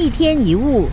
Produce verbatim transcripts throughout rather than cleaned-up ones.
一天一物。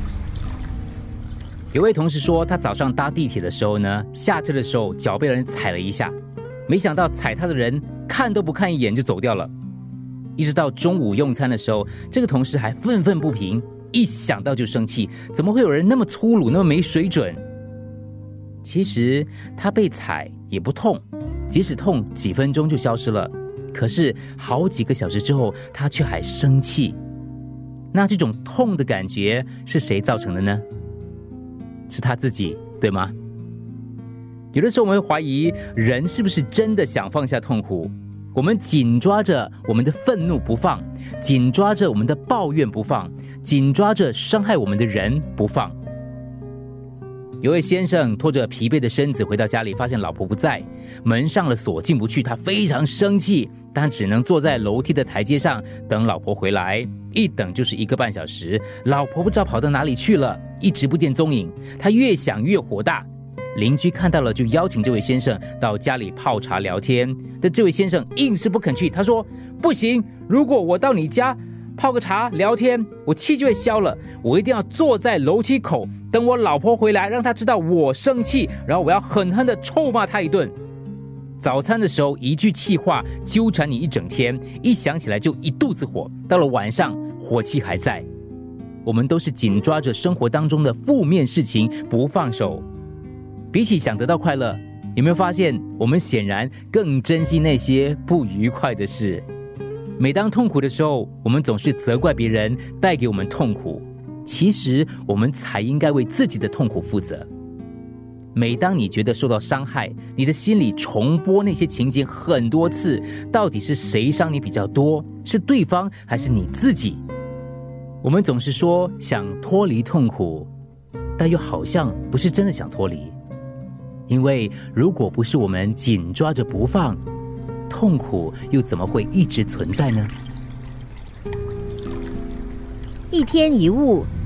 有位同事说，他早上搭地铁的时候呢，下车的时候脚被人踩了一下，没想到踩他的人看都不看一眼就走掉了。一直到中午用餐的时候，这个同事还愤愤不平，一想到就生气，怎么会有人那么粗鲁，那么没水准？其实他被踩也不痛，即使痛几分钟就消失了，可是好几个小时之后，他却还生气。那这种痛的感觉是谁造成的呢？是他自己，对吗？有的时候我们会怀疑，人是不是真的想放下痛苦？我们紧抓着我们的愤怒不放，紧抓着我们的抱怨不放，紧抓着伤害我们的人不放。有位先生拖着疲惫的身子回到家里，发现老婆不在，门上了锁，进不去。他非常生气，但只能坐在楼梯的台阶上等老婆回来。一等就是一个半小时，老婆不知道跑到哪里去了，一直不见踪影。他越想越火大，邻居看到了就邀请这位先生到家里泡茶聊天，但这位先生硬是不肯去。他说，不行，如果我到你家泡个茶聊天，我气就会消了，我一定要坐在楼梯口等我老婆回来，让她知道我生气，然后我要狠狠地臭骂她一顿。早餐的时候一句气话纠缠你一整天，一想起来就一肚子火，到了晚上火气还在。我们都是紧抓着生活当中的负面事情不放手，比起想得到快乐，有没有发现我们显然更珍惜那些不愉快的事？每当痛苦的时候，我们总是责怪别人带给我们痛苦，其实我们才应该为自己的痛苦负责。每当你觉得受到伤害，你的心里重播那些情景很多次，到底是谁伤你比较多？是对方还是你自己？我们总是说想脱离痛苦，但又好像不是真的想脱离。因为如果不是我们紧抓着不放，痛苦又怎么会一直存在呢？ 一天一物，